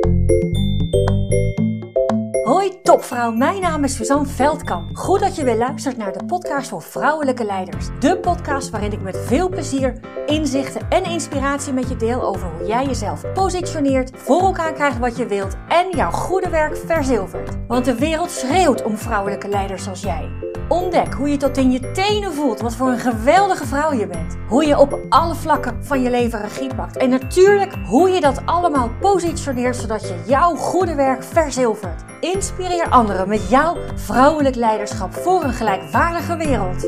Hoi topvrouw, mijn naam is Suzanne Veldkamp. Goed dat je weer luistert naar de podcast voor vrouwelijke leiders. De podcast waarin ik met veel plezier, inzichten en inspiratie met je deel over hoe jij jezelf positioneert, voor elkaar krijgt wat je wilt en jouw goede werk verzilvert. Want de wereld schreeuwt om vrouwelijke leiders zoals jij. Ontdek hoe je tot in je tenen voelt wat voor een geweldige vrouw je bent. Hoe je op alle vlakken van je leven regie pakt. En natuurlijk hoe je dat allemaal positioneert zodat je jouw goede werk verzilvert. Inspireer anderen met jouw vrouwelijk leiderschap voor een gelijkwaardige wereld.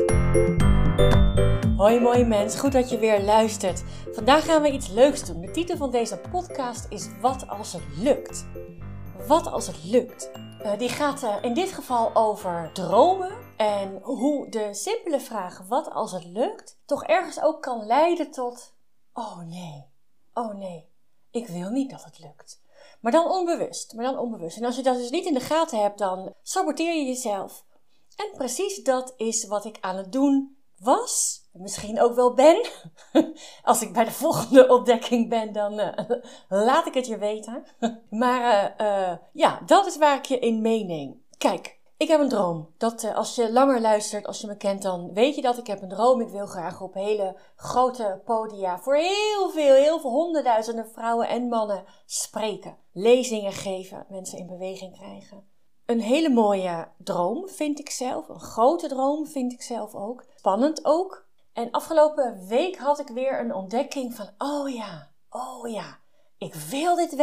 Hoi mooie mens, goed dat je weer luistert. Vandaag gaan we iets leuks doen. De titel van deze podcast is Wat als het lukt? Wat als het lukt? Die gaat in dit geval over dromen en hoe de simpele vraag wat als het lukt toch ergens ook kan leiden tot oh nee, ik wil niet dat het lukt. Maar dan onbewust. En als je dat dus niet in de gaten hebt, dan saboteer je jezelf. En precies dat is wat ik aan het doen was. Misschien ook wel ben. Als ik bij de volgende ontdekking ben, dan laat ik het je weten. Maar dat is waar ik je in meeneem. Kijk, ik heb een droom. Als je langer luistert, als je me kent, dan weet je dat ik heb een droom. Ik wil graag op hele grote podia voor heel veel honderdduizenden vrouwen en mannen spreken. Lezingen geven, mensen in beweging krijgen. Een hele mooie droom vind ik zelf. Een grote droom vind ik zelf ook. Spannend ook. En afgelopen week had ik weer een ontdekking van oh ja, ik wil dit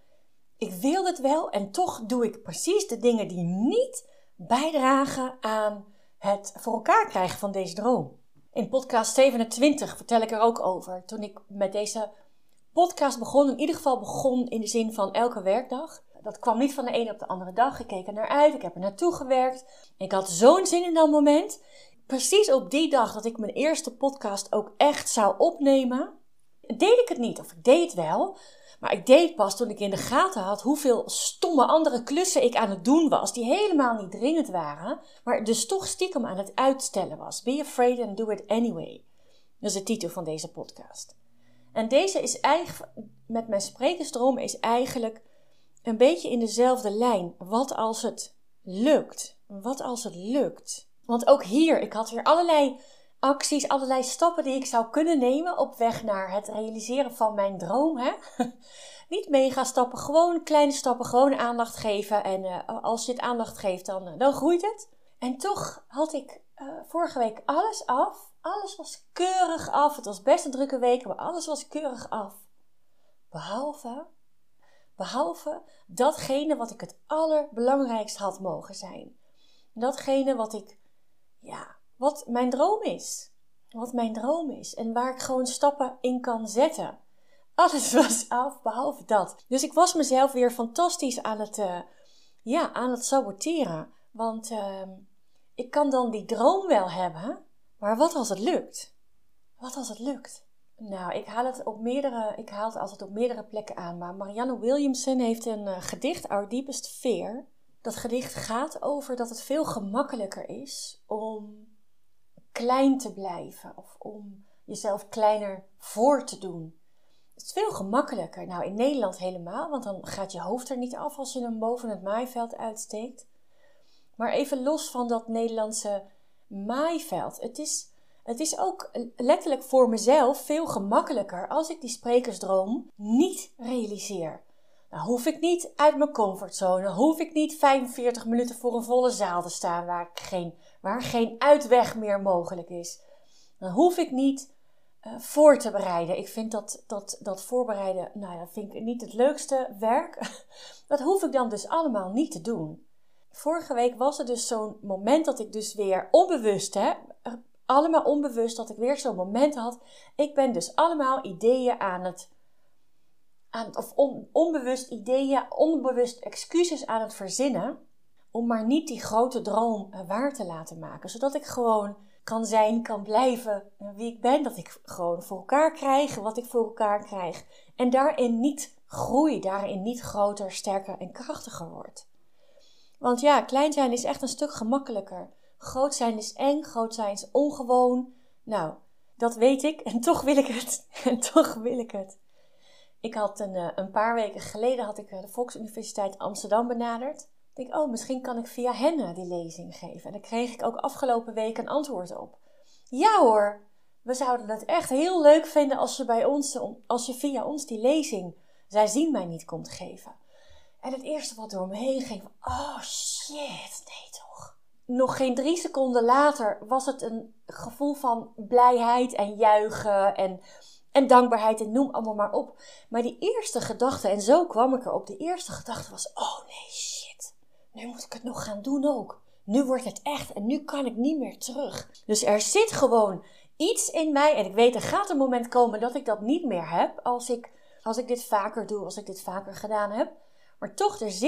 wel en toch doe ik precies de dingen die niet bijdragen aan het voor elkaar krijgen van deze droom. In podcast 27 vertel ik er ook over. Toen ik met deze podcast begon, in ieder geval begon in de zin van elke werkdag. Dat kwam niet van de ene op de andere dag. Ik keek er naar uit, ik heb er naartoe gewerkt. Ik had zo'n zin in dat moment. Precies op die dag dat ik mijn eerste podcast ook echt zou opnemen, deed ik het niet. Of ik deed het wel, maar ik deed het pas toen ik in de gaten had hoeveel stomme andere klussen ik aan het doen was, die helemaal niet dringend waren, maar dus toch stiekem aan het uitstellen was. Be afraid and do it anyway. Dat is de titel van deze podcast. En deze is eigenlijk, met mijn sprekersdroom, is eigenlijk een beetje in dezelfde lijn. Wat als het lukt? Wat als het lukt? Want ook hier, ik had weer allerlei acties, allerlei stappen die ik zou kunnen nemen op weg naar het realiseren van mijn droom. Hè? Niet mega stappen, gewoon kleine stappen, gewoon aandacht geven. En als je het aandacht geeft, dan groeit het. En toch had ik vorige week alles af. Alles was keurig af. Het was best een drukke week, maar alles was keurig af. Behalve datgene wat ik het allerbelangrijkst had mogen zijn. Datgene wat mijn droom is. Wat mijn droom is. En waar ik gewoon stappen in kan zetten. Alles was af, behalve dat. Dus ik was mezelf weer fantastisch aan het saboteren. Want ik kan dan die droom wel hebben. Maar wat als het lukt? Wat als het lukt? Nou, ik haal het altijd op meerdere plekken aan. Maar Marianne Williamson heeft een gedicht, Our Deepest Fear. Dat gedicht gaat over dat het veel gemakkelijker is om klein te blijven. Of om jezelf kleiner voor te doen. Het is veel gemakkelijker. Nou, in Nederland helemaal, want dan gaat je hoofd er niet af als je hem boven het maaiveld uitsteekt. Maar even los van dat Nederlandse maaiveld. Het is ook letterlijk voor mezelf veel gemakkelijker als ik die sprekersdroom niet realiseer. Dan hoef ik niet uit mijn comfortzone, dan hoef ik niet 45 minuten voor een volle zaal te staan waar geen uitweg meer mogelijk is. Dan hoef ik niet voor te bereiden. Ik vind dat voorbereiden, dat vind ik niet het leukste werk. Dat hoef ik dan dus allemaal niet te doen. Vorige week was er dus zo'n moment dat ik dus weer onbewust, allemaal onbewust, dat ik weer zo'n moment had. Ik ben dus allemaal ideeën onbewust excuses aan het verzinnen, om maar niet die grote droom waar te laten maken. Zodat ik gewoon kan blijven wie ik ben. Dat ik gewoon voor elkaar krijg wat ik voor elkaar krijg. En daarin niet groei, daarin niet groter, sterker en krachtiger word. Want ja, klein zijn is echt een stuk gemakkelijker. Groot zijn is eng, groot zijn is ongewoon. Nou, dat weet ik en toch wil ik het. Ik had een paar weken geleden had ik de Volksuniversiteit Amsterdam benaderd. Ik denk, misschien kan ik via hen die lezing geven. En daar kreeg ik ook afgelopen week een antwoord op. Ja hoor, we zouden het echt heel leuk vinden als je via ons die lezing, zij zien mij niet, komt geven. En het eerste wat door me heen ging, shit, nee toch. Nog geen 3 seconden later was het een gevoel van blijheid en juichen en dankbaarheid en noem allemaal maar op. Maar die eerste gedachte, en zo kwam ik erop, de eerste gedachte was, nee shit, nu moet ik het nog gaan doen ook. Nu wordt het echt en nu kan ik niet meer terug. Dus er zit gewoon iets in mij en ik weet, er gaat een moment komen dat ik dat niet meer heb als ik dit vaker doe, als ik dit vaker gedaan heb. Maar toch, er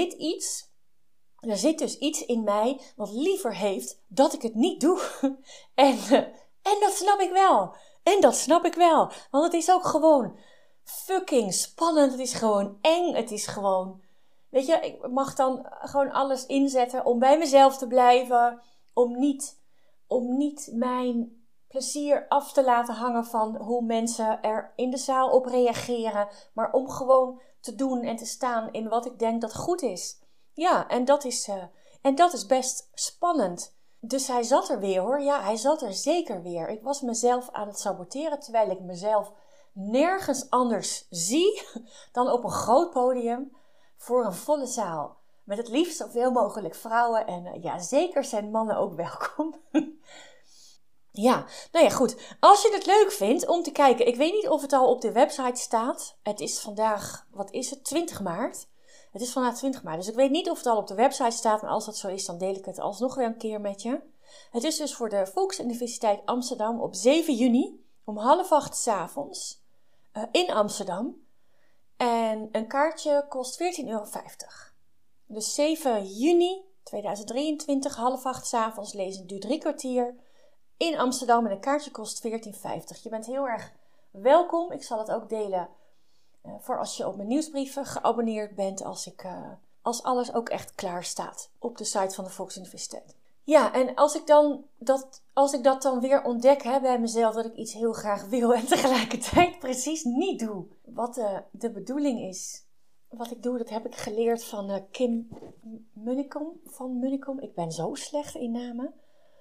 zit dus iets in mij wat liever heeft dat ik het niet doe. En dat snap ik wel. En dat snap ik wel. Want het is ook gewoon fucking spannend. Het is gewoon eng. Het is gewoon, weet je, ik mag dan gewoon alles inzetten om bij mezelf te blijven. Om niet mijn plezier af te laten hangen van hoe mensen er in de zaal op reageren. Maar om gewoon te doen en te staan in wat ik denk dat goed is. Ja, en dat is best spannend. Dus hij zat er weer hoor. Ja, hij zat er zeker weer. Ik was mezelf aan het saboteren terwijl ik mezelf nergens anders zie dan op een groot podium voor een volle zaal. Met het liefst zoveel mogelijk vrouwen en zeker zijn mannen ook welkom. Ja, nou ja goed. Als je het leuk vindt om te kijken, ik weet niet of het al op de website staat. Het is vandaag, 20 maart. Het is vandaag 20 maart, dus ik weet niet of het al op de website staat. Maar als dat zo is, dan deel ik het alsnog weer een keer met je. Het is dus voor de Volksuniversiteit Amsterdam op 7 juni om 7:30 'avonds in Amsterdam. En een kaartje kost €14,50. Dus 7 juni 2023, 7:30 'avonds, lezing duurt 3 kwartier in Amsterdam en een kaartje kost €14,50. Je bent heel erg welkom. Ik zal het ook delen voor als je op mijn nieuwsbrieven geabonneerd bent, als alles ook echt klaar staat op de site van de Volksuniversiteit. Ja, en als ik dat dan weer ontdek bij mezelf, dat ik iets heel graag wil en tegelijkertijd precies niet doe. Wat de bedoeling is, wat ik doe, dat heb ik geleerd van Kim Munnekom. Ik ben zo slecht in namen.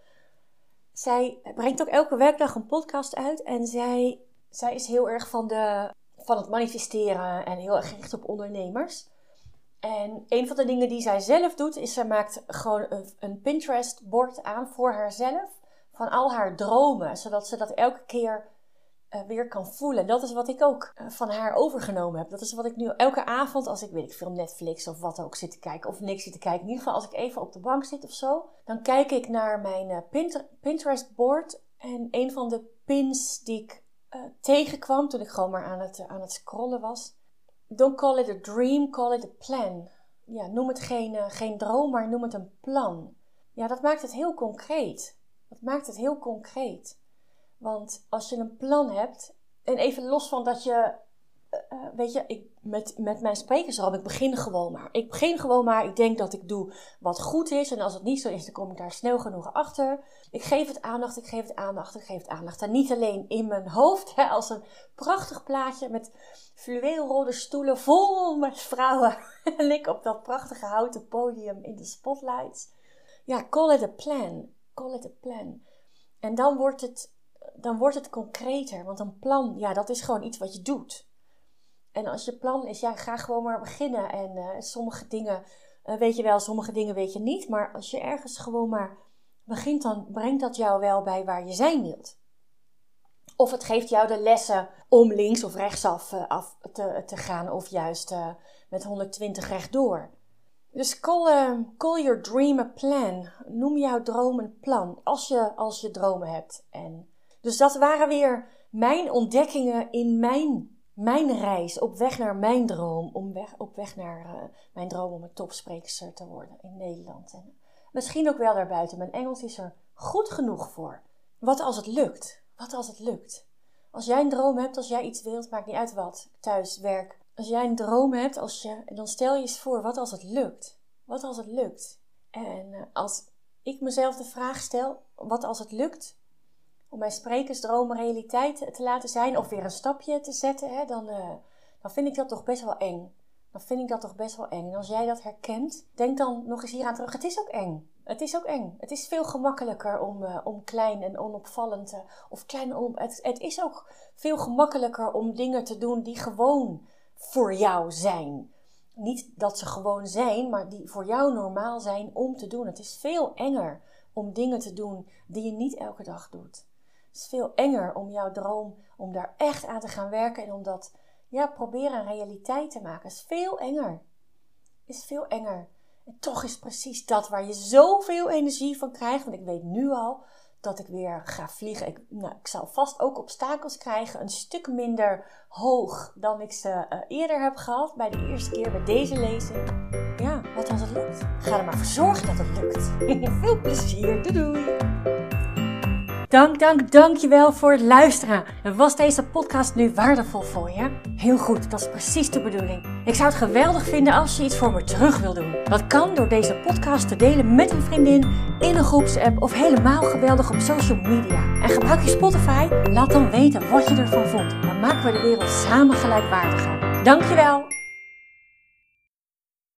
Zij brengt ook elke werkdag een podcast uit en zij is heel erg van het manifesteren en heel erg gericht op ondernemers. En een van de dingen die zij zelf doet, is zij maakt gewoon een Pinterest-bord aan voor haarzelf van al haar dromen, zodat ze dat elke keer weer kan voelen. En dat is wat ik ook van haar overgenomen heb. Dat is wat ik nu elke avond, als ik, weet ik veel, Netflix of wat ook zit te kijken, of niks zit te kijken. In ieder geval, als ik even op de bank zit of zo, dan kijk ik naar mijn Pinterest-bord. En een van de pins die ik tegenkwam toen ik gewoon maar aan het scrollen was. Don't call it a dream, call it a plan. Ja, noem het geen droom, maar noem het een plan. Ja, dat maakt het heel concreet. Want als je een plan hebt, en even los van dat je, weet je, met mijn sprekersdroom, ik begin gewoon maar. Ik denk dat ik doe wat goed is. En als het niet zo is, dan kom ik daar snel genoeg achter. Ik geef het aandacht. En niet alleen in mijn hoofd, als een prachtig plaatje met fluweelrode stoelen vol met vrouwen. En ik op dat prachtige houten podium in de spotlights. Ja, call it a plan. En dan wordt het concreter. Want een plan, ja, dat is gewoon iets wat je doet. En als je plan is, ja, ga gewoon maar beginnen. En sommige dingen weet je wel, sommige dingen weet je niet. Maar als je ergens gewoon maar begint, dan brengt dat jou wel bij waar je zijn wilt. Of het geeft jou de lessen om links of rechtsaf te gaan. Of juist met 120 rechtdoor. Dus call your dream a plan. Noem jouw droom een plan. Als je dromen hebt. En dus dat waren weer mijn ontdekkingen in mijn reis. Op weg naar mijn droom. Op weg naar mijn droom om een topspreekster te worden in Nederland. En misschien ook wel daarbuiten. Mijn Engels is er goed genoeg voor. Wat als het lukt? Als jij een droom hebt, als jij iets wilt, maakt niet uit wat. Thuis, werk. Als jij een droom hebt, dan stel je eens voor, wat als het lukt? En als ik mezelf de vraag stel, wat als het lukt? Om mijn sprekersdroom realiteit te laten zijn, of weer een stapje te zetten, dan vind ik dat toch best wel eng. En als jij dat herkent, denk dan nog eens hieraan terug. Het is ook eng. Het is veel gemakkelijker om klein en onopvallend het is ook veel gemakkelijker om dingen te doen die gewoon voor jou zijn. Niet dat ze gewoon zijn, maar die voor jou normaal zijn om te doen. Het is veel enger om dingen te doen die je niet elke dag doet. Het is veel enger om jouw droom, om daar echt aan te gaan werken en om dat proberen een realiteit te maken. Het is veel enger. En toch is precies dat waar je zoveel energie van krijgt. Want ik weet nu al dat ik weer ga vliegen. Ik zal vast ook obstakels krijgen. Een stuk minder hoog dan ik ze eerder heb gehad. Bij de eerste keer bij deze lezing. Ja, wat als het lukt? Ga er maar voor zorgen dat het lukt. Veel plezier. Doei. Dankjewel voor het luisteren. En was deze podcast nu waardevol voor je? Heel goed, dat is precies de bedoeling. Ik zou het geweldig vinden als je iets voor me terug wil doen. Dat kan door deze podcast te delen met een vriendin, in een groepsapp of helemaal geweldig op social media. En gebruik je Spotify? Laat dan weten wat je ervan vond. Dan maken we de wereld samen gelijkwaardiger. Dankjewel.